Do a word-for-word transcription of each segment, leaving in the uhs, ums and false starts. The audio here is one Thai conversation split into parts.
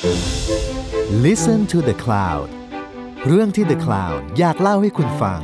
Listen to the Cloud เรื่องที่ The Cloud อยากเล่าให้คุณฟัง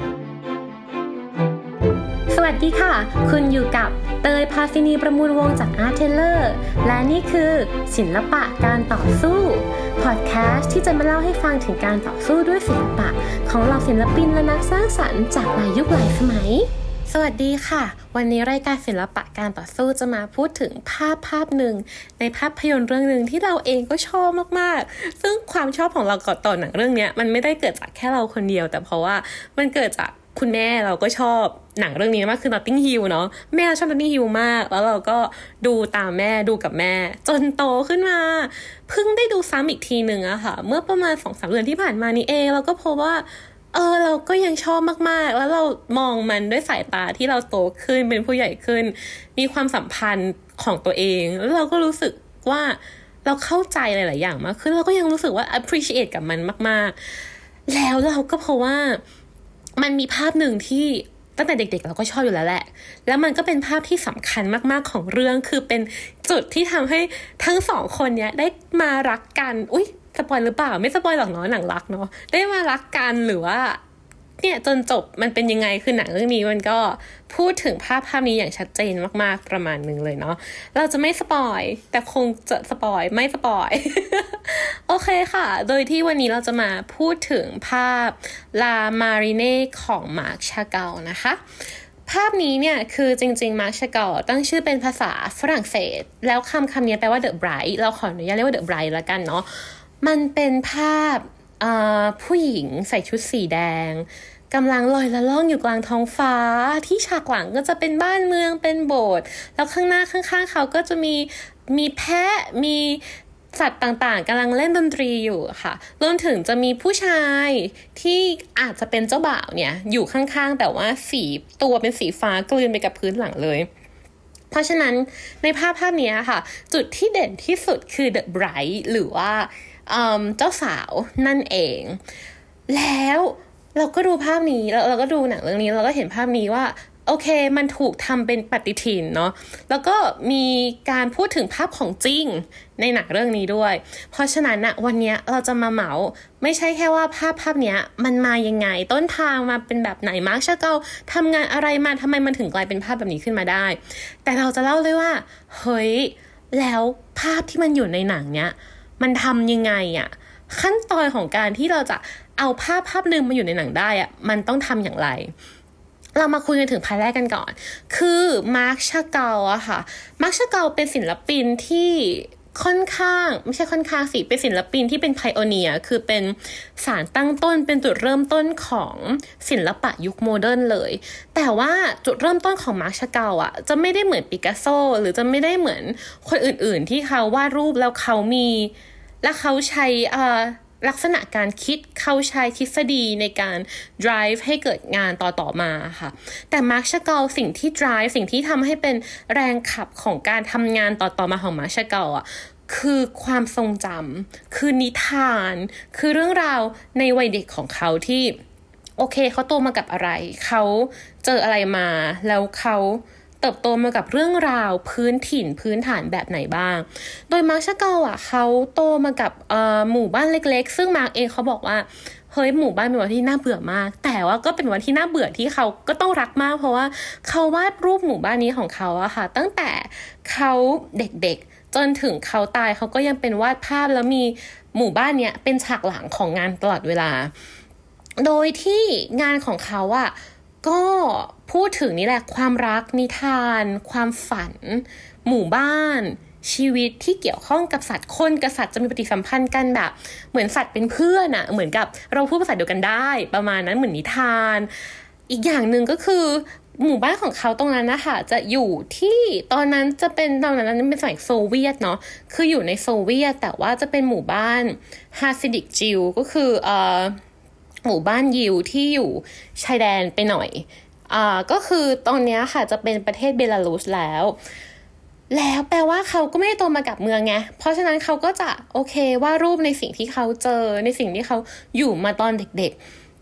สวัสดีค่ะคุณอยู่กับเตยภาสินีประมูลวงจาก Art Teller และนี่คือศิลปะการต่อสู้พอดแคสต์ที่จะมาเล่าให้ฟังถึงการต่อสู้ด้วยศิลปะของเหล่าศิลปินและนักสร้างสรรค์จากหลายยุคหลายสมัยสวัสดีค่ะวันนี้รายการศิลปะการต่อสู้จะมาพูดถึงภาพภาพหนึ่งในภาพยนตร์เรื่องนึงที่เราเองก็ชอบมากๆซึ่งความชอบของเราต่อหนังเรื่องนี้มันไม่ได้เกิดจากแค่เราคนเดียวแต่เพราะว่ามันเกิดจากคุณแม่เราก็ชอบหนังเรื่องนี้มากคือ Notting Hill เนาะแม่ชอบ Notting Hill มากแล้วเราก็ดูตามแม่ดูกับแม่จนโตขึ้นมาเพิ่งได้ดูซ้ำอีกทีนึงอะค่ะเมื่อประมาณ สองสาม เดือนที่ผ่านมานี้เองเราก็พบว่าเออเราก็ยังชอบมากๆแล้วเรามองมันด้วยสายตาที่เราโตขึ้นเป็นผู้ใหญ่ขึ้นมีความสัมพันธ์ของตัวเองแล้วเราก็รู้สึกว่าเราเข้าใจหลายๆอย่างมากขึ้นเราก็ยังรู้สึกว่า appreciate กับมันมากๆแล้วเราก็เพราะว่ามันมีภาพหนึ่งที่ตั้งแต่เด็กๆเราก็ชอบอยู่แล้วแหละแล้วมันก็เป็นภาพที่สำคัญมากๆของเรื่องคือเป็นจุดที่ทำให้ทั้งสองคนเนี้ยได้มารักกันอุ๊ยสปอยหรือเปล่าไม่สปอยหรอกเนาะหนังรักเนาะได้มารักกันหรือว่าเนี่ยจนจบมันเป็นยังไงคือหนังเรื่องนี้มันก็พูดถึงภาพภาพนี้อย่างชัดเจนมากๆประมาณนึงเลยเนาะเราจะไม่สปอยแต่คงจะสปอยไม่สปอย โอเคค่ะโดยที่วันนี้เราจะมาพูดถึงภาพ La Marine ของมาร์คชาเกลนะคะภาพนี้เนี่ยคือจริงๆมาร์คชาเกลตั้งชื่อเป็นภาษาฝรั่งเศสแล้วคำคำนี้แปลว่า The Bride เราขออนุญาตเรียกว่า The Bride ละกันเนาะมันเป็นภาพผู้หญิงใส่ชุดสีแดงกำลังลอยละล่องอยู่กลางท้องฟ้าที่ฉากหลังก็จะเป็นบ้านเมืองเป็นโบสถ์แล้วข้างหน้าข้างๆเขาก็จะมีมีแพะมีสัตว์ต่างๆกำลังเล่นดนตรีอยู่ค่ะรวมถึงจะมีผู้ชายที่อาจจะเป็นเจ้าบ่าวเนี่ยอยู่ข้างๆแต่ว่าสีตัวเป็นสีฟ้ากลืนไปกับพื้นหลังเลยเพราะฉะนั้นในภาพภาพนี้ค่ะจุดที่เด่นที่สุดคือ The Bride หรือว่าเจ้าสาวนั่นเองแล้วเราก็ดูภาพนี้แล้วเราก็ดูหนังเรื่องนี้เราก็เห็นภาพนี้ว่าโอเคมันถูกทำเป็นปฏิทินเนาะแล้วก็มีการพูดถึงภาพของจริงในหนังเรื่องนี้ด้วยเพราะฉะนั้นนะวันนี้เราจะมาเหมาไม่ใช่แค่ว่าภาพภาพนี้มันมายังไงต้นทางมาเป็นแบบไหนมาร์คชาเกลทำงานอะไรมาทำไมมันถึงกลายเป็นภาพแบบนี้ขึ้นมาได้แต่เราจะเล่าเลยว่าเฮ้ยแล้วภาพที่มันอยู่ในหนังเนี้ยมันทำยังไงอะขั้นตอนของการที่เราจะเอาภาพภาพนึงมาอยู่ในหนังได้อะมันต้องทำอย่างไรเรามาคุยกันถึงภายแรกกันก่อนคือมาร์คชาเกลอะค่ะมาร์คชาเกลเป็นศิลปินที่ค่อนข้างไม่ใช่ค่อนข้างสิเป็นศิลปินที่เป็นไพโอเนียร์คือเป็นสารตั้งต้นเป็นจุดเริ่มต้นของศิลปะยุคโมเดิร์นเลยแต่ว่าจุดเริ่มต้นของมาร์คชาเกลอะจะไม่ได้เหมือนปิกัสโซหรือจะไม่ได้เหมือนคนอื่นๆที่เขาวาดรูปแล้วเขามีและเขาใช้อ่าลักษณะการคิดเขาใช้ทฤษฎีในการ drive ให้เกิดงานต่อๆมาค่ะแต่มาร์คชาเกลสิ่งที่ drive สิ่งที่ทำให้เป็นแรงขับของการทำงานต่อๆมาของมาร์คชาเกลอ่ะคือความทรงจำคือนิทานคือเรื่องราวในวัยเด็กของเขาที่โอเคเขาโตมากับอะไรเขาเจออะไรมาแล้วเขาเติบโตมากับเรื่องราวพื้นถิ่นพื้นฐานแบบไหนบ้างโดยมาร์คชาเกลอ่ะเขาโตมากับหมู่บ้านเล็กๆซึ่งมาร์คเองเขาบอกว่าเฮ้ยหมู่บ้านเป็นวันที่น่าเบื่อมากแต่ว่าก็เป็นวันที่น่าเบื่อที่เขาก็ต้องรักมากเพราะว่าเขาวาดรูปหมู่บ้านนี้ของเขาอะค่ะตั้งแต่เขาเด็กๆจนถึงเขาตายเขาก็ยังเป็นวาดภาพแล้วมีหมู่บ้านเนี้ยเป็นฉากหลังของงานตลอดเวลาโดยที่งานของเขาอะก็พูดถึงนี่แหละความรักนิทานความฝันหมู่บ้านชีวิตที่เกี่ยวข้องกับสัตว์คนกับสัตว์จะมีปฏิสัมพันธ์กันแบบเหมือนสัตว์เป็นเพื่อนอะเหมือนกับเราพูดภาษาเดียวกันได้ประมาณนั้นเหมือนนิทานอีกอย่างหนึ่งก็คือหมู่บ้านของเขาตรงนั้นนะคะจะอยู่ที่ตอนนั้นจะเป็นตอนนั้นเป็นสมัยโซเวียตเนาะคืออยู่ในโซเวียตแต่ว่าจะเป็นหมู่บ้านฮาซิดิกจิวก็คือเอ่อหมู่บ้านยิวที่อยู่ชายแดนไปหน่อยอ่าก็คือตอนนี้ค่ะจะเป็นประเทศเบลารุสแล้วแล้วแปลว่าเขาก็ไม่ได้โตมากับเมืองไงเพราะฉะนั้นเขาก็จะโอเควาดรูปในสิ่งที่เขาเจอในสิ่งที่เขาอยู่มาตอนเด็กๆ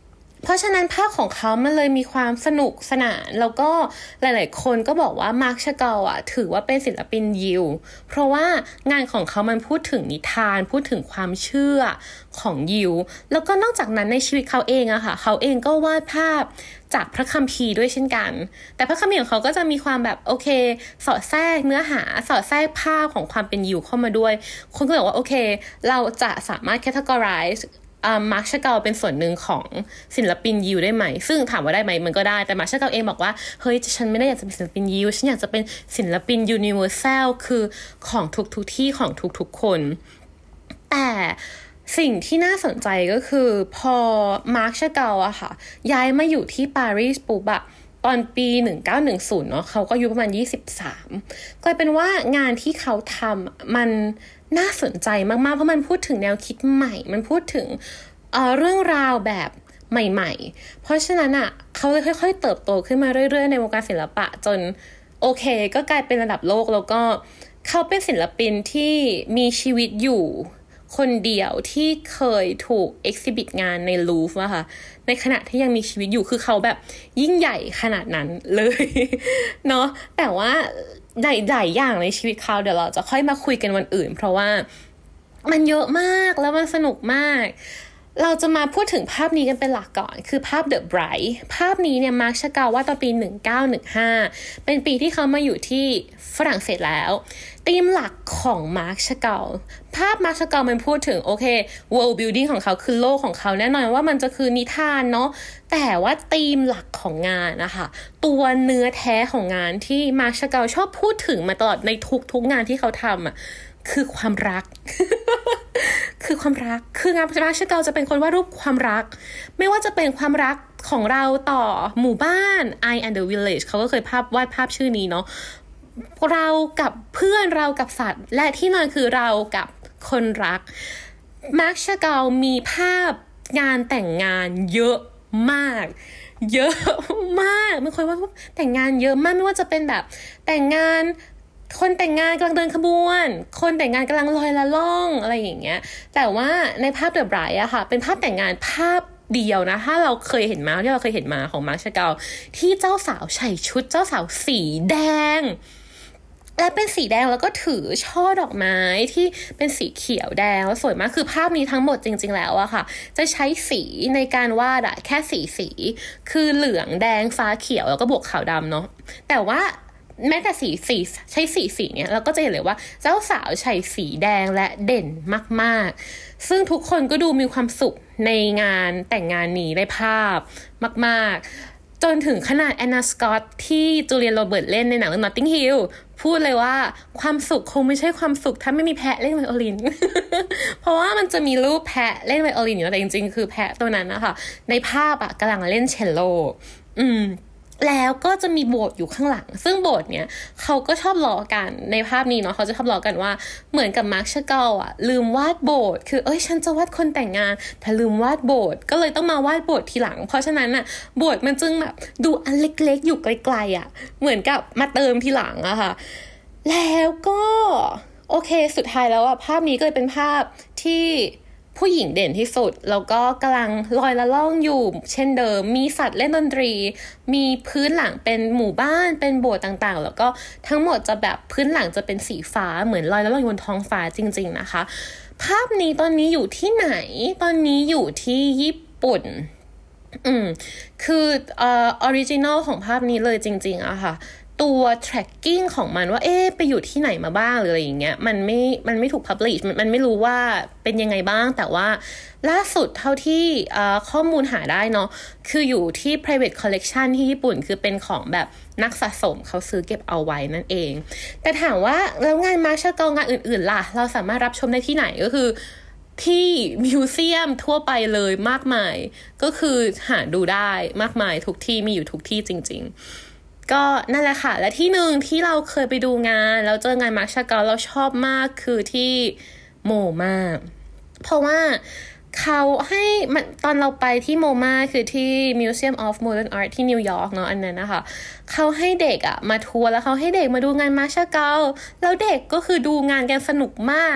เพราะฉะนั้นภาพของเขามันเลยมีความสนุกสนานแล้วก็หลายๆคนก็บอกว่ามาร์ค ชากอลอ่ะถือว่าเป็นศิลปินยิวเพราะว่างานของเขามันพูดถึงนิทานพูดถึงความเชื่อของยิวแล้วก็นอกจากนั้นในชีวิตเขาเองอะค่ะเขาเองก็วาดภาพจากพระคัมภีร์ด้วยเช่นกันแต่พระคัมภีร์ของเขาก็จะมีความแบบโอเคสอดแทรกเนื้อหาสอดแทรกภาพของความเป็นยิวเข้ามาด้วยคนก็บอกว่าโอเคเราจะสามารถ categorizeมาร์ค ชากอลเป็นส่วนหนึ่งของศิลปินยิวได้ไหมซึ่งถามว่าได้ไหมมันก็ได้แต่มาร์ค ชากอลเองบอกว่าเฮ้ยฉันไม่ได้อยากจะเป็นศิลปินยิวฉันอยากจะเป็นศิลปินยูนิเวอร์แซลคือของทุกทุกที่ของทุกทุกคนแต่สิ่งที่น่าสนใจก็คือพอมาร์ค ชากอลอะค่ะย้ายมาอยู่ที่ปารีสปุ๊บอะตอนปีหนึ่งเก้าหนึ่งศูนย์เนาะเขาก็อายุประมาณยี่สิบสามกลายเป็นว่างานที่เขาทำมันน่าสนใจมากๆเพราะมันพูดถึงแนวคิดใหม่มันพูดถึง เอ่อ เรื่องราวแบบใหม่ๆเพราะฉะนั้นอ่ะเขาเลยค่อยๆเติบโตขึ้นมาเรื่อยๆในวงการศิลปะจนโอเคก็กลายเป็นระดับโลกแล้วก็เขาเป็นศิลปินที่มีชีวิตอยู่คนเดียวที่เคยถูก exhibit งานในลูฟร์อะค่ะในขณะที่ยังมีชีวิตอยู่คือเขาแบบยิ่งใหญ่ขนาดนั้นเลยเนาะแต่ว่าหลายๆอย่างในชีวิตเขาเดี๋ยวเราจะค่อยมาคุยกันวันอื่นเพราะว่ามันเยอะมากแล้วมันสนุกมากเราจะมาพูดถึงภาพนี้กันเป็นหลักก่อนคือภาพ The Bright ภาพนี้เนี่ยมาร์ค ชากอลวาดตอนปีหนึ่งเก้าหนึ่งห้าเป็นปีที่เขามาอยู่ที่ฝรั่งเศสแล้วธีมหลักของมาร์ค ชากอลภาพมาร์ค ชากอลมันพูดถึงโอเค world building ของเขาคือโลกของเขาแน่นอนว่ามันจะคือนิทานเนาะแต่ว่าธีมหลักของงานนะคะตัวเนื้อแท้ของงานที่มาร์ค ชากอลชอบพูดถึงมาตลอดในทุกๆงานที่เขาทำอ่ะคือความรัก คือความรักคืองานมาร์ค ชากอลจะเป็นคนวาดรูปความรักไม่ว่าจะเป็นความรักของเราต่อหมู่บ้าน I and the Village เขาก็เคยภาพวาดภาพชื่อนี้เนาะเรากับเพื่อนเรากับสัตว์และที่นั่นคือเรากับคนรักมาร์ค ชากอลมีภาพงานแต่งงานเยอะมากเยอะมากไม่ค่อยว่าแต่งงานเยอะมากไม่ว่าจะเป็นแบบแต่งงานคนแต่งงานกำลังเดินขบวนคนแต่งงานกำลังลอยละล่องอะไรอย่างเงี้ยแต่ว่าในภาพ The Bright อะค่ะเป็นภาพแต่งงานภาพเดียวนะถ้าเราเคยเห็นมาที่เราเคยเห็นมาของมาร์ค ชากอลที่เจ้าสาวใส่ชุดเจ้าสาวสีแดงและเป็นสีแดงแล้วก็ถือช่อดอกไม้ที่เป็นสีเขียวแดงแล้วสวยมากคือภาพนี้ทั้งหมดจริงๆแล้วอะค่ะจะใช้สีในการวาดอะแค่สีสีคือเหลืองแดงฟ้าเขียวแล้วก็บวกขาวดำเนาะแต่ว่าแม้แต่สีสีใช้สีสีเนี่ยเราก็จะเห็นเลยว่าเจ้าสาวใช้สีแดงและเด่นมากๆซึ่งทุกคนก็ดูมีความสุขในงานแต่งงานนี้ในภาพมากๆจนถึงขนาดแอนนา สกอตที่จูเลีย โรเบิร์ตเล่นในหนังเรื่อง Notting Hill พูดเลยว่าความสุขคงไม่ใช่ความสุขถ้าไม่มีแพะเล่นไวโอลิน เพราะว่ามันจะมีรูปแพะเล่นไวโอลินอยู่แต่จริงๆคือแพะตัวนั้นนะคะในภาพอะกำลังเล่นเชลโลอืมแล้วก็จะมีโบสถ์อยู่ข้างหลังซึ่งโบสถ์เนี้ยเขาก็ชอบล้อกันในภาพนี้เนาะเขาจะชอบล้อกันว่าเหมือนกับมาร์ค ชากอลอะลืมวาดโบสถ์คือเอ้ยฉันจะวาดคนแต่งงานแต่ลืมวาดโบสถ์ก็เลยต้องมาวาดโบสถ์ทีหลังเพราะฉะนั้นอะโบสถ์มันจึงแบบดูอันเล็กๆอยู่ไกลๆอะเหมือนกับมาเติมทีหลังอะค่ะแล้วก็โอเคสุดท้ายแล้วอะภาพนี้ก็เลยเป็นภาพที่ผู้หญิงเด่นที่สุดแล้วก็กำลังลอยละล่องอยู่เช่นเดิมมีสัตว์เล่นดนตรีมีพื้นหลังเป็นหมู่บ้านเป็นโบสถ์ต่างๆแล้วก็ทั้งหมดจะแบบพื้นหลังจะเป็นสีฟ้าเหมือนลอยละล่องอยู่บนท้องฟ้าจริงๆนะคะภาพนี้ตอนนี้อยู่ที่ไหนตอนนี้อยู่ที่ญี่ปุ่นอืมคือเอ่อออริจินอลของภาพนี้เลยจริงๆอะค่ะตัว tracking ของมันว่าเอ๊ะไปอยู่ที่ไหนมาบ้างหรืออะไรอย่างเงี้ยมันไม่มันไม่ถูก publish มันมันไม่รู้ว่าเป็นยังไงบ้างแต่ว่าล่าสุดเท่าที่เอ่อข้อมูลหาได้เนาะคืออยู่ที่ private collection ที่ญี่ปุ่นคือเป็นของแบบนักสะสมเขาซื้อเก็บเอาไว้นั่นเองแต่ถามว่าแล้วงานมาร์ค ชากอลงานอื่นๆล่ะเราสามารถรับชมได้ที่ไหนก็คือที่มิวเซียมทั่วไปเลยมากมายก็คือหาดูได้มากมายทุกที่มีอยู่ทุกที่จริงๆก็นั่นแหละค่ะและที่หนึ่งที่เราเคยไปดูงานแล้วเจองานมาร์ค ชากอลเราชอบมากคือที่โมมาเพราะว่าเขาให้มันตอนเราไปที่โมมาคือที่ Museum of Modern Art ที่นิวยอร์กเนาะอันนั้นนะคะเขาให้เด็กอะมาทัวร์แล้วเขาให้เด็กมาดูงานมาร์ค ชากอลแล้วเด็กก็คือดูงานกันสนุกมาก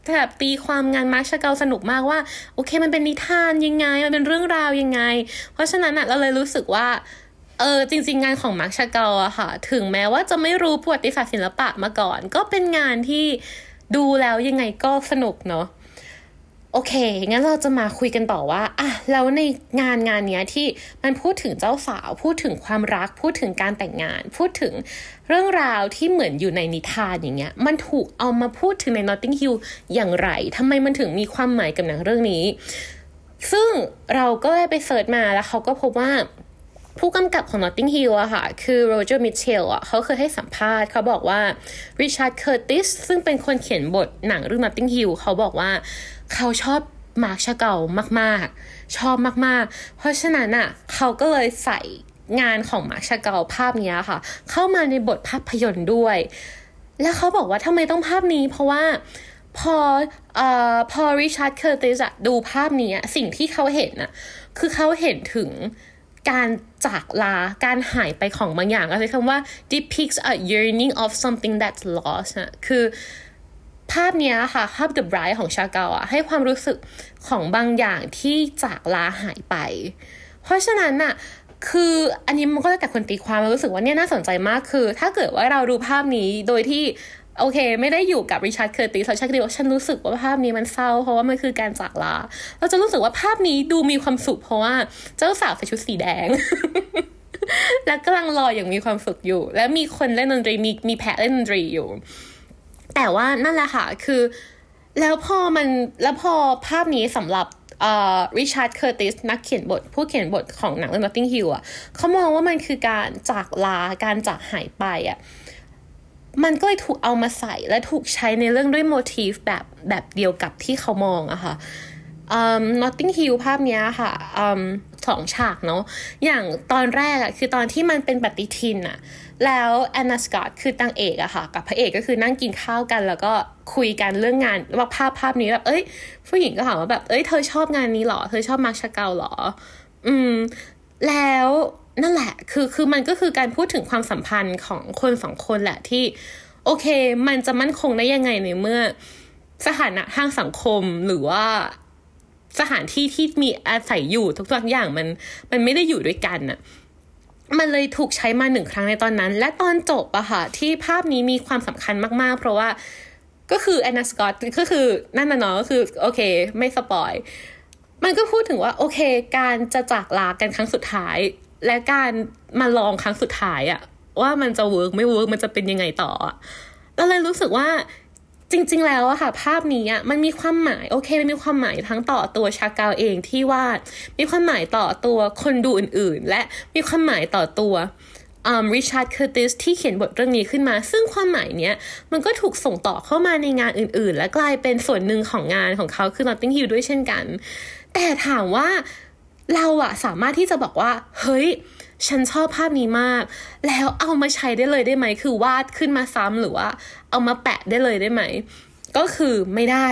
แบบตีความงานมาร์คชาเกลสนุกมากว่าโอเคมันเป็นนิทานยังไงมันเป็นเรื่องราวยังไงเพราะฉะนั้นอ่ะเราเลยรู้สึกว่าเออจริงๆงานของมาร์คชาเกลอะค่ะถึงแม้ว่าจะไม่รู้ประวัติศาสตร์ศิลปะมาก่อนก็เป็นงานที่ดูแล้วยังไงก็สนุกเนาะโอเคงั้นเราจะมาคุยกันต่อว่าอ่ะแล้วในงานงานเนี้ยที่มันพูดถึงเจ้าสาวพูดถึงความรักพูดถึงการแต่งงานพูดถึงเรื่องราวที่เหมือนอยู่ในนิทานอย่างเงี้ยมันถูกเอามาพูดถึงใน Notting Hill อย่างไรทำไมมันถึงมีความหมายกับหนังเรื่องนี้ซึ่งเราก็ได้ไปเสิร์ชมาแล้วเขาก็พบว่าผู้กำกับของ Notting Hill อะค่ะคือโรเจอร์มิทเชลอะเขาเคยให้สัมภาษณ์เขาบอกว่าริชาร์ดเคอร์ติสซึ่งเป็นคนเขียนบทหนังเรื่อง Notting Hill เขาบอกว่าเขาชอบมาร์คชาเกลมากๆชอบมากๆเพราะฉะนั้นอะเขาก็เลยใส่งานของมาร์คชาเกลภาพนี้ค่ะเข้ามาในบทภาพยนตร์ด้วยแล้วเขาบอกว่าทำไมต้องภาพนี้เพราะว่าพอเอ่อพอริชาร์ดเคอร์ติสดูภาพนี้สิ่งที่เขาเห็นอะคือเขาเห็นถึงการจากลาการหายไปของบางอย่างก็ใช้คำว่า depicts a yearning of something that's lost นะคือภาพนี้ค่ะภาพ The Bride ของชาเกลอะให้ความรู้สึกของบางอย่างที่จากลาหายไปเพราะฉะนั้นน่ะคืออันนี้มันก็แต่คนตีความรู้สึกว่าเนี่ยน่าสนใจมากคือถ้าเกิดว่าเราดูภาพนี้โดยที่โอเคไม่ได้อยู่กับริชาร์ดเคอร์ติสแล้วฉันก็ว่าฉันรู้สึกว่าภาพนี้มันเศร้าเพราะว่ามันคือการจากลาเราจะรู้สึกว่าภาพนี้ดูมีความสุขเพราะว่าเจ้าสาวใส่ชุดสีแดง และกำลังรออย่างมีความสุขอยู่และมีคนเล่นดนตรีมีมีแพะเล่นดนตรีอยู่แต่ว่านั่นแหละค่ะคือแล้วพอมันแล้วพอภาพนี้สำหรับเอ่อริชาร์ดเคอร์ติสนักเขียนบทผู้เขียนบทของหนังเรื่อง Notting Hill อ่ะเขามองว่ามันคือการจากลาการจากหายไปอ่ะมันก็เลยถูกเอามาใส่และถูกใช้ในเรื่องด้วยโมทีฟแบบแบบเดียวกับที่เขามองอะค่ะUm, Notting Hill ภาพเนี้ยค่ะ um, สองฉากเนาะอย่างตอนแรกอะคือตอนที่มันเป็นปฏิทินอะแล้วแอนนาสกอตคือนางเอกอะค่ะกับพระเอกก็คือนั่งกินข้าวกันแล้วก็คุยกันเรื่องงานว่าภาพภาพนี้แบบเอ้ยผู้หญิงก็ถามว่าแบบเอ้ยเธอชอบงานนี้หรอเธอชอบมาร์คชาเกลหรออืมแล้วนั่นแหละคือคือมันก็คือการพูดถึงความสัมพันธ์ของคนสองคนแหละที่โอเคมันจะมั่นคงได้ยังไงในเมื่อสถานะทางสังคมหรือว่าสถานที่ที่มีอาศัยอยู่ทุกๆอย่างมันมันไม่ได้อยู่ด้วยกันน่ะมันเลยถูกใช้มาหนึ่งครั้งในตอนนั้นและตอนจบอะค่ะที่ภาพนี้มีความสำคัญมากๆเพราะว่าก็คือแอนนาสกอตก็คือนั่นน่ะเนาะก็คือโอเคไม่สปอยมันก็พูดถึงว่าโอเคการจะจากลากันครั้งสุดท้ายและการมาลองครั้งสุดท้ายอะว่ามันจะเวิร์กไม่เวิร์กมันจะเป็นยังไงต่อเราเลยรู้สึกว่าจริงๆแล้วอะค่ะภาพนี้อะมันมีความหมายโอเคมันมีความหมายทั้งต่อตัวชาเกลเองที่วาดมีความหมายต่อตัวคนดูอื่นๆและมีความหมายต่อตัวอืมริชาร์ดเคอร์ติสที่เขียนบทเรื่องนี้ขึ้นมาซึ่งความหมายเนี้ยมันก็ถูกส่งต่อเข้ามาในงานอื่นๆและกลายเป็นส่วนหนึ่งของงานของเขาคือ Notting Hill ด้วยเช่นกันแต่ถามว่าเราอะสามารถที่จะบอกว่าเฮ้ยฉันชอบภาพนี้มากแล้วเอามาใช้ได้เลยได้ไหมคือวาดขึ้นมาซ้ำหรือว่าเอามาแปะได้เลยได้ไหมก็คือไม่ได้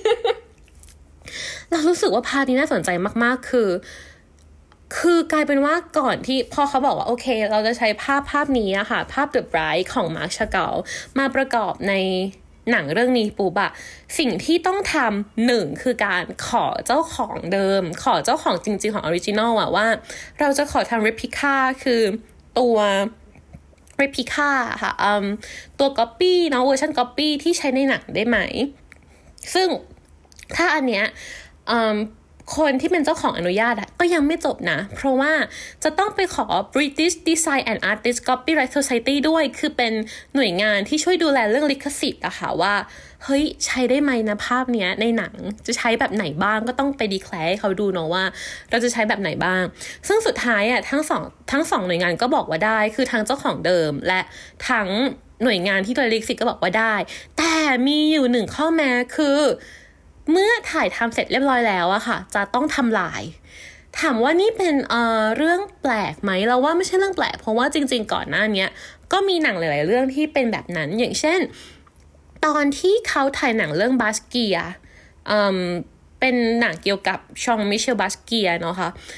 เรารู้สึกว่าภาพนี้น่าสนใจมากๆคือคือกลายเป็นว่าก่อนที่พอเขาบอกว่าโอเคเราจะใช้ภาพภาพนี้อะค่ะภาพ The Bride ของมาร์คชาเกลมาประกอบในหนังเรื่องนี้ปุ๊บอะสิ่งที่ต้องทำหนึ่งคือการขอเจ้าของเดิมขอเจ้าของจริงๆของออริจินอลอะว่าเราจะขอทำ replica คือตัว replica ค่ะตัว copy เนาะเวอร์ชัน copy ที่ใช้ในหนังได้ไหมซึ่งถ้าอันเนี้ยคนที่เป็นเจ้าของอนุญาตอะก็ยังไม่จบนะเพราะว่าจะต้องไปขอ British Design and Artist Copyright Society ด้วยคือเป็นหน่วยงานที่ช่วยดูแลเรื่องลิขสิทธิ์อะค่ะว่าเฮ้ยใช้ได้ไหมนะภาพเนี้ยในหนังจะใช้แบบไหนบ้างก็ต้องไปดีแคลร์ให้เขาดูเนาะว่าเราจะใช้แบบไหนบ้างซึ่งสุดท้ายอะทั้งสองทั้งสองหน่วยงานก็บอกว่าได้คือทั้งเจ้าของเดิมและทั้งหน่วยงานที่ดูแลลิขสิทธิ์ก็บอกว่าได้แต่มีอยู่หนึ่งข้อแม้คือเมื่อถ่ายทำเสร็จเรียบร้อยแล้วอะค่ะจะต้องทำลายถามว่านี่เป็นเอ่อเรื่องแปลกไหมเราว่าไม่ใช่เรื่องแปลกเพราะว่าจริงๆก่อนหน้านี้ก็มีหนังหลายๆเรื่องที่เป็นแบบนั้นอย่างเช่นตอนที่เขาถ่ายหนังเรื่องบาสเกียเอ่อเป็นหนังเกี่ยวกับชองมิเชลบาสเกียเนาะค่ะ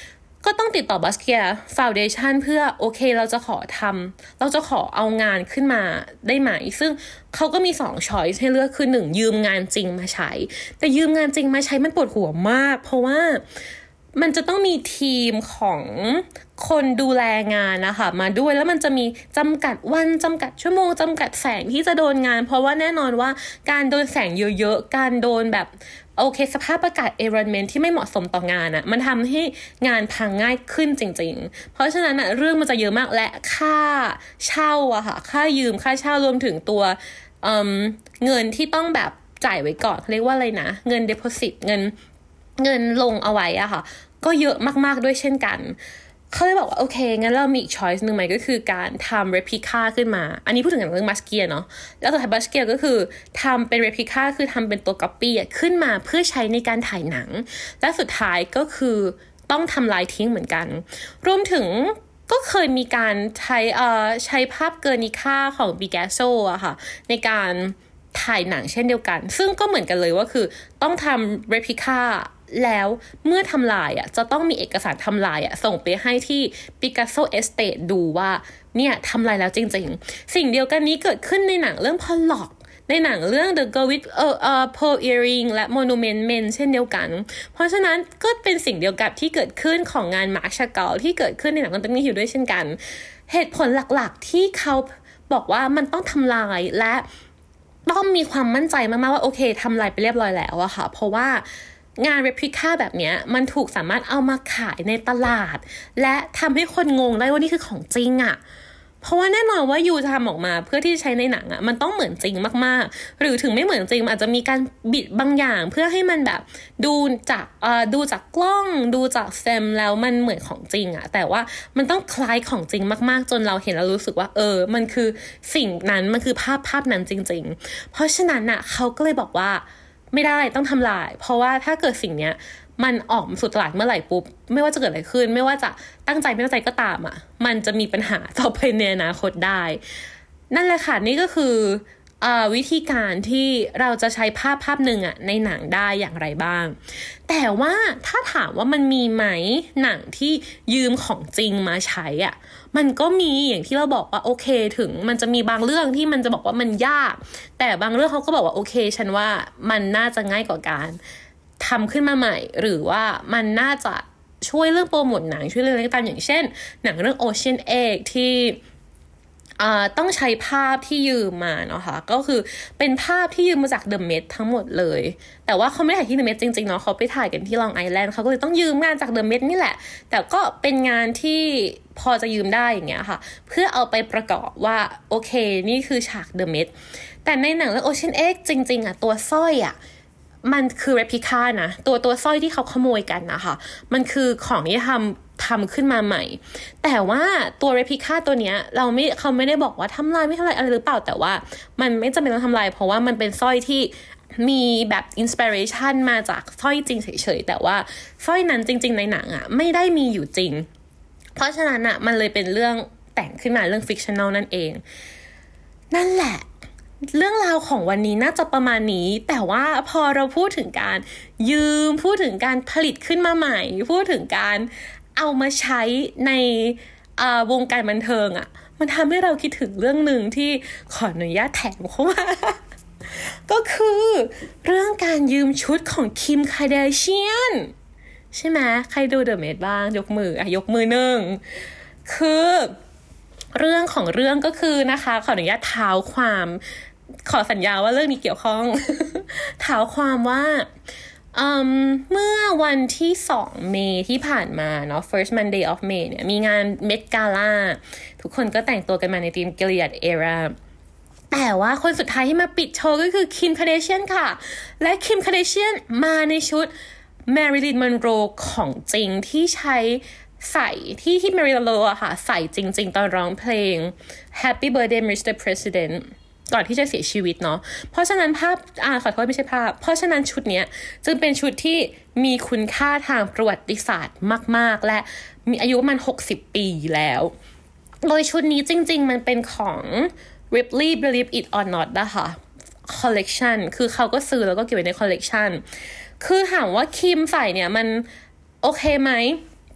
ก็ต้องติดต่อ Basquiat Foundation เพื่อโอเคเราจะขอทำเราจะขอเอางานขึ้นมาได้ไหมซึ่งเขาก็มีสอง choice ให้เลือกคือหนึ่งยืมงานจริงมาใช้แต่ยืมงานจริงมาใช้มันปวดหัวมากเพราะว่ามันจะต้องมีทีมของคนดูแลงานนะคะมาด้วยแล้วมันจะมีจำกัดวันจำกัดชั่วโมงจำกัดแสงที่จะโดนงานเพราะว่าแน่นอนว่าการโดนแสงเยอะๆการโดนแบบโอเคสภาพอากาศ environment ที่ไม่เหมาะสมต่องานอะมันทำให้งานพังง่ายขึ้นจริงๆเพราะฉะนั้นอะเรื่องมันจะเยอะมากและค่าเช่าอะค่ะค่ายืมค่าเช่ารวมถึงตัวเอ่อเงินที่ต้องแบบจ่ายไว้ก่อนเรียกว่าอะไรนะเงิน deposit เงินเงินลงเอาไว้อะค่ะก็เยอะมากๆด้วยเช่นกันเขาเลยบอกว่าโอเคงั้นเรามีอีก choice หนึ่งไหมก็คือการทำ replica ขึ้นมาอันนี้พูดถึงเรื่อง Basquiat เนาะแล้วตัว Basquiat ก็คือทำเป็น replica คือทำเป็นตัว copy ขึ้นมาเพื่อใช้ในการถ่ายหนังและสุดท้ายก็คือต้องทำลายทิ้งเหมือนกันรวมถึงก็เคยมีการใช้เอ่อใช้ภาพเกอร์นิค่าของปิกัสโซอะค่ะในการถ่ายหนังเช่นเดียวกันซึ่งก็เหมือนกันเลยว่าคือต้องทำ replicaแล้วเมื่อทำลายอ่ะจะต้องมีเอกสารทำลายอ่ะส่งไปให้ที่ Picasso Estate ดูว่าเนี่ยทำลายแล้วจริงๆสิ่งเดียวกันนี้เกิดขึ้นในหนังเรื่อง Pollock ในหนังเรื่อง The Girl with เอ่อเอ่อ Pearl Earring และ Monument Men เช่นเดียวกันเพราะฉะนั้นก็เป็นสิ่งเดียวกับที่เกิดขึ้นของงาน Marc Chagall ที่เกิดขึ้นในหนังเรื่องนี้อยู่ด้วยเช่นกันเหตุผลหลักๆที่เขาบอกว่ามันต้องทำลายและต้องมีความมั่นใจมากๆว่าโอเคทำลายไปเรียบร้อยแล้วอะค่ะเพราะว่างาน replica แบบนี้มันถูกสามารถเอามาขายในตลาดและทำให้คนงงได้ว่านี่คือของจริงอะเพราะว่าแน่นอนว่ายูทำออกมาเพื่อที่จะใช้ในหนังอะมันต้องเหมือนจริงมากๆหรือถึงไม่เหมือนจริงอาจจะมีการบิดบางอย่างเพื่อให้มันแบบดูจากเอ่อดูจากกล้องดูจากเฟรมแล้วมันเหมือนของจริงอะแต่ว่ามันต้องคล้ายของจริงมากๆจนเราเห็นแล้วรู้สึกว่าเออมันคือสิ่งนั้นมันคือภาพภาพนั้นจริงๆเพราะฉะนั้นอะเขาก็เลยบอกว่าไม่ได้ต้องทำลายเพราะว่าถ้าเกิดสิ่งเนี้ยมันออกมาสู่ตลาดเมื่อไหร่ปุ๊บไม่ว่าจะเกิดอะไรขึ้นไม่ว่าจะตั้งใจไม่ตั้งใจก็ตามอ่ะมันจะมีปัญหาต่อไปในอนาคตได้นั่นแหละค่ะนี่ก็คือเอ่อวิธีการที่เราจะใช้ภาพภาพหนึ่งอ่ะในหนังได้อย่างไรบ้างแต่ว่าถ้าถามว่ามันมีไหมหนังที่ยืมของจริงมาใช้อ่ะมันก็มีอย่างที่เราบอกว่าโอเคถึงมันจะมีบางเรื่องที่มันจะบอกว่ามันยากแต่บางเรื่องเขาก็บอกว่าโอเคฉันว่ามันน่าจะง่ายกว่าการทำขึ้นมาใหม่หรือว่ามันน่าจะช่วยเรื่องโปรโมทหนังช่วยเรื่องอะไรก็ตามอย่างเช่นหนังเรื่อง Ocean Egg ที่ต้องใช้ภาพที่ยืมมาเนาะค่ะก็คือเป็นภาพที่ยืมมาจาก The Met ทั้งหมดเลยแต่ว่าเขาไม่ถ่ายที่ The Met จริงๆเนาะเขาไปถ่ายกันที่ Long Island เขาก็เลยต้องยืมงานจาก The Met นี่แหละแต่ก็เป็นงานที่พอจะยืมได้อย่างเงี้ยค่ะเพื่อเอาไปประกอบว่าโอเคนี่คือฉาก The Met แต่ในหนังเรื่อง Ocean Egg จริงๆอ่ะตัวสร้อยอ่ะมันคือ replica นะตัวตัวสร้อยที่เขาขโมยกันนะคะมันคือของที่ทำทำขึ้นมาใหม่แต่ว่าตัว replica ตัวเนี้ยเราไม่เขาไม่ได้บอกว่าทำลายไม่ทำลายอะไรหรือเปล่าแต่ว่ามันไม่จำเป็นต้องทำลายเพราะว่ามันเป็นสร้อยที่มีแบบ inspiration มาจากสร้อยจริงเฉยๆแต่ว่าสร้อยนั้นจริงๆในหนังอ่ะไม่ได้มีอยู่จริงเพราะฉะนั้นอ่ะมันเลยเป็นเรื่องแต่งขึ้นมาเรื่อง fictional นั่นเองนั่นแหละเรื่องราวของวันนี้น่าจะประมาณนี้แต่ว่าพอเราพูดถึงการยืมพูดถึงการผลิตขึ้นมาใหม่พูดถึงการเอามาใช้ในวงการบันเทิงอ่ะมันทำให้เราคิดถึงเรื่องหนึ่งที่ขออนุญาตแถมเข้ามาก็คือเรื่องการยืมชุดของคิมคาร์เดเชียนใช่ไหมใครดูเดอะเมดบ้างยกมืออ่ะยกมือหนึ่งคือเรื่องของเรื่องก็คือนะคะขออนุญาตเท้าความขอสัญญาว่าเรื่องนี้เกี่ยวข้องเท้าความว่าเมื่อวันที่สองเมษายนที่ผ่านมาเนาะ first Monday of May เนี่ยมีงาน Met Gala ทุกคนก็แต่งตัวกันมาในธีม Gilead Era แต่ว่าคนสุดท้ายที่มาปิดโชว์ก็คือคิมคาร์เดเชียนค่ะและคิมคาร์เดเชียนมาในชุด Marilyn Monroe ของจริงที่ใช้ใส่ที่ที่ Marilyn Monroe อะค่ะใส่จริงๆตอนร้องเพลง Happy Birthday มิสเตอร์ President ก่อนที่จะเสียชีวิตเนาะเพราะฉะนั้นภาพอ่าขอโทษไม่ใช่ภาพเพราะฉะนั้นชุดเนี้ยจึงเป็นชุดที่มีคุณค่าทางประวัติศาสตร์มากๆและมีอายุมันหกสิบปีแล้วโดยชุดนี้จริงๆมันเป็นของ Ripley Believe It or Not นะคะ collection คือเขาก็ซื้อแล้วก็เก็บไว้ใน collection คือถามว่าคิมใส่เนี่ยมันโอเคไหม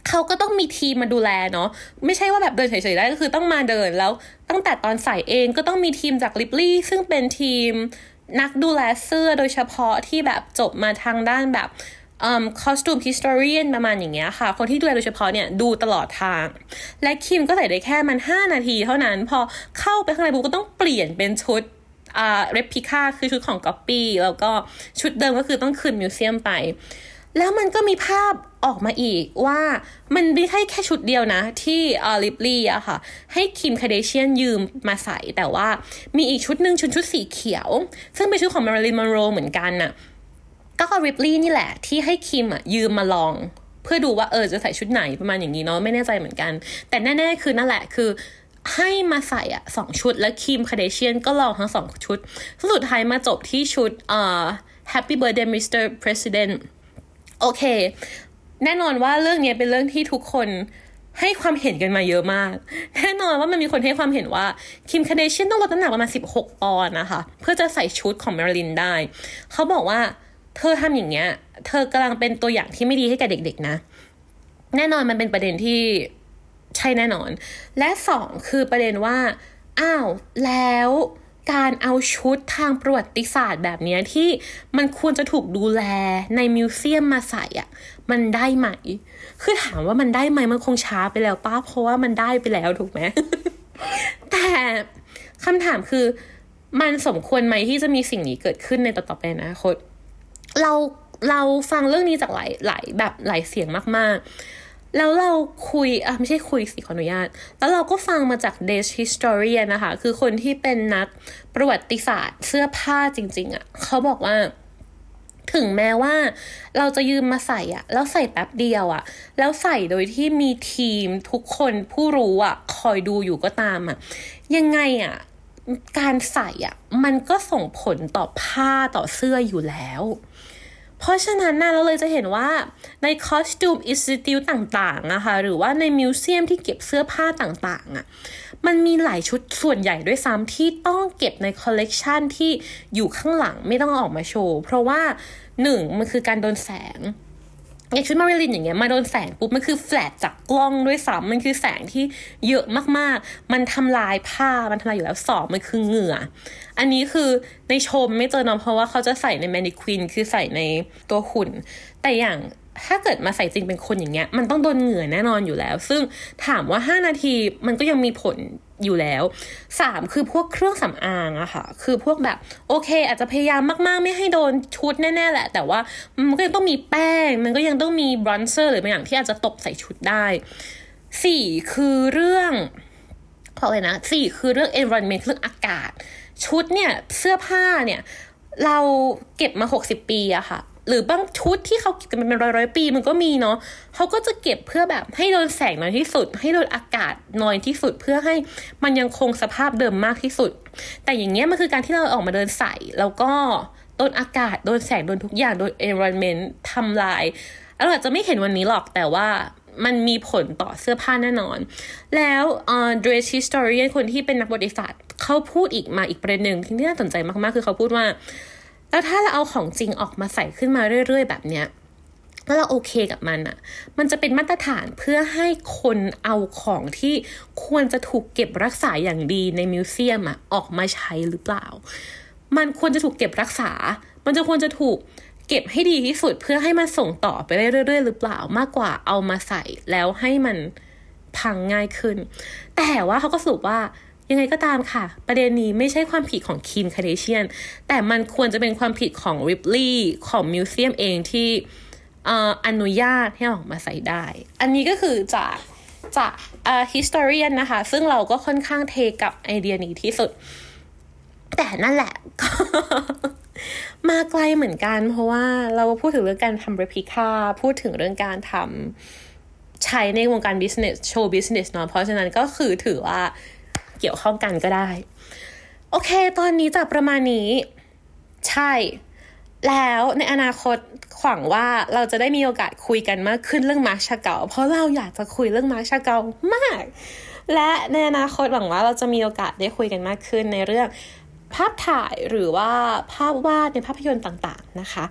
เขาก็ต้องมีทีมมาดูแลเนาะไม่ใช่ว่าแบบเดินเฉยๆได้ก็คือต้องมาเดินแล้วตั้งแต่ตอนใส่เองก็ต้องมีทีมจากลิปลี่ซึ่งเป็นทีมนักดูแลเสื้อโดยเฉพาะที่แบบจบมาทางด้านแบบอืม costume historian ประมาณอย่างเงี้ยค่ะคนที่ดูแลโดยเฉพาะเนี่ยดูตลอดทางและคิมก็ใส่ได้แค่มันห้านาทีเท่านั้นพอเข้าไปข้างในปุ๊บก็ต้องเปลี่ยนเป็นชุดอ่า replica คือชุดของ copy แล้วก็ชุดเดิมก็คือต้องคืนมิวเซียมไปแล้วมันก็มีภาพออกมาอีกว่ามันไม่ใช่แค่ชุดเดียวนะที่อ่าลิปลี่อะค่ะให้คิมคาเดเชียนยืมมาใส่แต่ว่ามีอีกชุดนึงชุดชุดสีเขียวซึ่งเป็นชุดของ Marilyn Monroe เหมือนกันน่ะก็คือริปลี่นี่แหละที่ให้คิมอะยืมมาลองเพื่อดูว่าเออจะใส่ชุดไหนประมาณอย่างนี้เนาะไม่แน่ใจเหมือนกันแต่แน่ๆคือนั่นแหละคือให้มาใส่อ่ะสองชุดแล้วคิมคาเดเชียนก็ลองทั้งสองชุดสุดท้ายมาจบที่ชุดเอ่อ Happy Birthday มิสเตอร์ President โอเคแน่นอนว่าเรื่องนี้เป็นเรื่องที่ทุกคนให้ความเห็นกันมาเยอะมากแน่นอนว่ามันมีคนให้ความเห็นว่าคิมคาเดเชียนต้องลดน้ำหนักประมาณสิบหกปอนด์นะคะเพื่อจะใส่ชุดของแมริลินได้เขาบอกว่าเธอทำอย่างเงี้ยเธอกำลังเป็นตัวอย่างที่ไม่ดีให้กับเด็กๆนะแน่นอนมันเป็นประเด็นที่ใช่แน่นอนและสองคือประเด็นว่าอ้าวแล้วการเอาชุดทางประวัติศาสตร์แบบนี้ที่มันควรจะถูกดูแลในมิวเซียมมาใส่อ่ะมันได้ไหมคือถามว่ามันได้ไหมมันคงช้าไปแล้วป้าเพราะว่ามันได้ไปแล้วถูกไหม แต่คำถามคือมันสมควรไหมที่จะมีสิ่งนี้เกิดขึ้นในต่อๆไปนะโค้ดเราเราฟังเรื่องนี้จากหลายหลายแบบหลายเสียงมากๆแล้วเราคุยอ่ะไม่ใช่คุยสิขออนุญาตแล้วเราก็ฟังมาจาก Dutch Historian นะคะคือคนที่เป็นนักประวัติศาสตร์เสื้อผ้าจริงๆอ่ะเขาบอกว่าถึงแม้ว่าเราจะยืมมาใส่อ่ะแล้วใส่แป๊บเดียวอ่ะแล้วใส่โดยที่มีทีมทุกคนผู้รู้อ่ะคอยดูอยู่ก็ตามอ่ะยังไงอ่ะการใส่อ่ะมันก็ส่งผลต่อผ้าต่อเสื้ออยู่แล้วเพราะฉะนั้นนะเราเลยจะเห็นว่าใน Costume Institute ต่างๆนะคะหรือว่าในมิวเซียมที่เก็บเสื้อผ้าต่างๆอ่ะมันมีหลายชุดส่วนใหญ่ด้วยซ้ำที่ต้องเก็บในคอลเลกชันที่อยู่ข้างหลังไม่ต้องออกมาโชว์เพราะว่าหนึ่งมันคือการโดนแสงอย่างชุดมาริลินอย่างเงี้ยมาโดนแสงปุ๊บมันคือแฟลชจากกล้องด้วยซ้ำมันคือแสงที่เยอะมากๆมันทำลายผ้ามันทำลายอยู่แล้วสองมันคือเหงื่ออันนี้คือในชมไม่เจอเนาะเพราะว่าเขาจะใส่ในแมนิควินคือใส่ในตัวหุ่นแต่อย่างถ้าเกิดมาใส่จริงเป็นคนอย่างเงี้ยมันต้องโดนเหงื่อแน่นอนอยู่แล้วซึ่งถามว่าห้านาทีมันก็ยังมีผลอยู่แล้วสามคือพวกเครื่องสำอางอะค่ะคือพวกแบบโอเคอาจจะพยายามมากๆไม่ให้โดนชุดแน่ๆแหละแต่ว่ามันก็ยังต้องมีแป้งมันก็ยังต้องมีบรอนเซอร์หรือบางอย่างที่อาจจะตบใส่ชุดได้สี่คือเรื่องเพราะอะไรนะสี่คือเรื่อง environment เรื่องอากาศชุดเนี่ยเสื้อผ้าเนี่ยเราเก็บมาหกสิบปีอะค่ะหรือบางชุดที่เขาเก็บกันเป็นร้อยๆปีมันก็มีเนาะเขาก็จะเก็บเพื่อแบบให้โดนแสงน้อยที่สุดให้โดนอากาศน้อยที่สุดเพื่อให้มันยังคงสภาพเดิมมากที่สุดแต่อย่างเงี้ยมันคือการที่เราออกมาเดินใส่แล้วก็โดนอากาศโดนแสงโดนทุกอย่างโดน environment ทำลายเราอาจจะไม่เห็นวันนี้หรอกแต่ว่ามันมีผลต่อเสื้อผ้าแน่นอนแล้วเอ่อ Dress Historian คนที่เป็นนักประวัติศาสตร์เขาพูดอีกมาอีกประเด็นหนึ่งที่น่าสนใจมากๆคือเขาพูดว่าแล้วถ้าเราเอาของจริงออกมาใส่ขึ้นมาเรื่อยๆแบบเนี้ยแล้วเราโอเคกับมันอ่ะมันจะเป็นมาตรฐานเพื่อให้คนเอาของที่ควรจะถูกเก็บรักษาอย่างดีในมิวเซียมอ่ะออกมาใช้หรือเปล่ามันควรจะถูกเก็บรักษามันจะควรจะถูกเก็บให้ดีที่สุดเพื่อให้มันส่งต่อไปได้เรื่อยๆหรือเปล่ามากกว่าเอามาใส่แล้วให้มันพังง่ายขึ้นแต่ว่าเขาก็สรุปว่ายังไงก็ตามค่ะประเด็นนี้ไม่ใช่ความผิดของคิมคาเดเชียนแต่มันควรจะเป็นความผิดของริปลี่ของมิวเซียมเองที่เอ่ออนุญาตให้ออกมาใส่ได้อันนี้ก็คือจากจากเอ่อ historian นะคะซึ่งเราก็ค่อนข้างเทกับไอเดียนี้ที่สุดแต่นั่นแหละ มาไกลเหมือนกันเพราะว่าเราพูดถึงเรื่องการทำ replica พูดถึงเรื่องการทำใช้ในวงการ business show business เนาะเพราะฉะนั้นก็คือถือว่าเกี่ยวข้องกันก็ได้โอเคตอนนี้จากประมาณนี้ใช่แล้วในอนาคตหวังว่าเราจะได้มีโอกาสคุยกันมากขึ้นเรื่องมาร์ค ชาเกาเพราะเราอยากจะคุยเรื่องมาร์ค ชาเกามากและในอนาคตหวังว่าเราจะมีโอกาสได้คุยกันมากขึ้นในเรื่องภาพถ่ายหรือว่าภาพวาดในภาพยนตร์ต่างๆนะคะ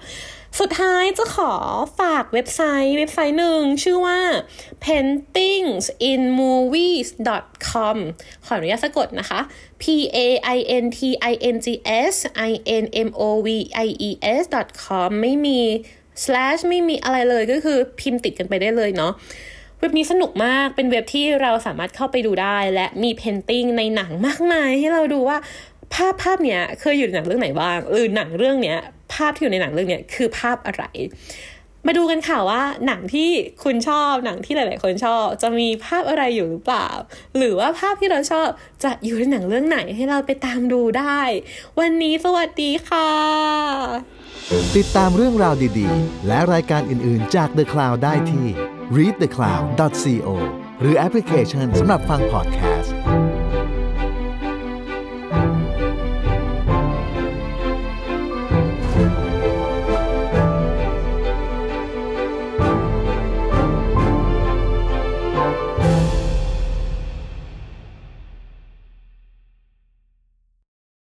สุดท้ายจะขอฝากเว็บไซต์เว็บไซต์หนึ่งชื่อว่า paintings in movies dot com ขออนุญาตสะกดนะคะ p a i n t i n g s i n m o v i e s dot com ไม่มี slash ไม่มีอะไรเลยก็คือพิมพ์ติดกันไปได้เลยเนาะเว็บนี้สนุกมากเป็นเว็บที่เราสามารถเข้าไปดูได้และมีเพนติ้งในหนังมากมายให้เราดูว่าภาพภาพเนี้ยเคยอยู่ในหนังเรื่องไหนบ้างหรือหนังเรื่องเนี้ยภาพที่อยู่ในหนังเรื่องเนี้ยคือภาพอะไรมาดูกันค่ะว่าหนังที่คุณชอบหนังที่หลายๆคนชอบจะมีภาพอะไรอยู่หรือเปล่าหรือว่าภาพที่เราชอบจะอยู่ในหนังเรื่องไหนให้เราไปตามดูได้วันนี้สวัสดีค่ะติดตามเรื่องราวดีๆและรายการอื่นๆจาก The Cloud ได้ที่ read the cloud dot co หรือแอปพลิเคชันสำหรับฟังพอดแคสต์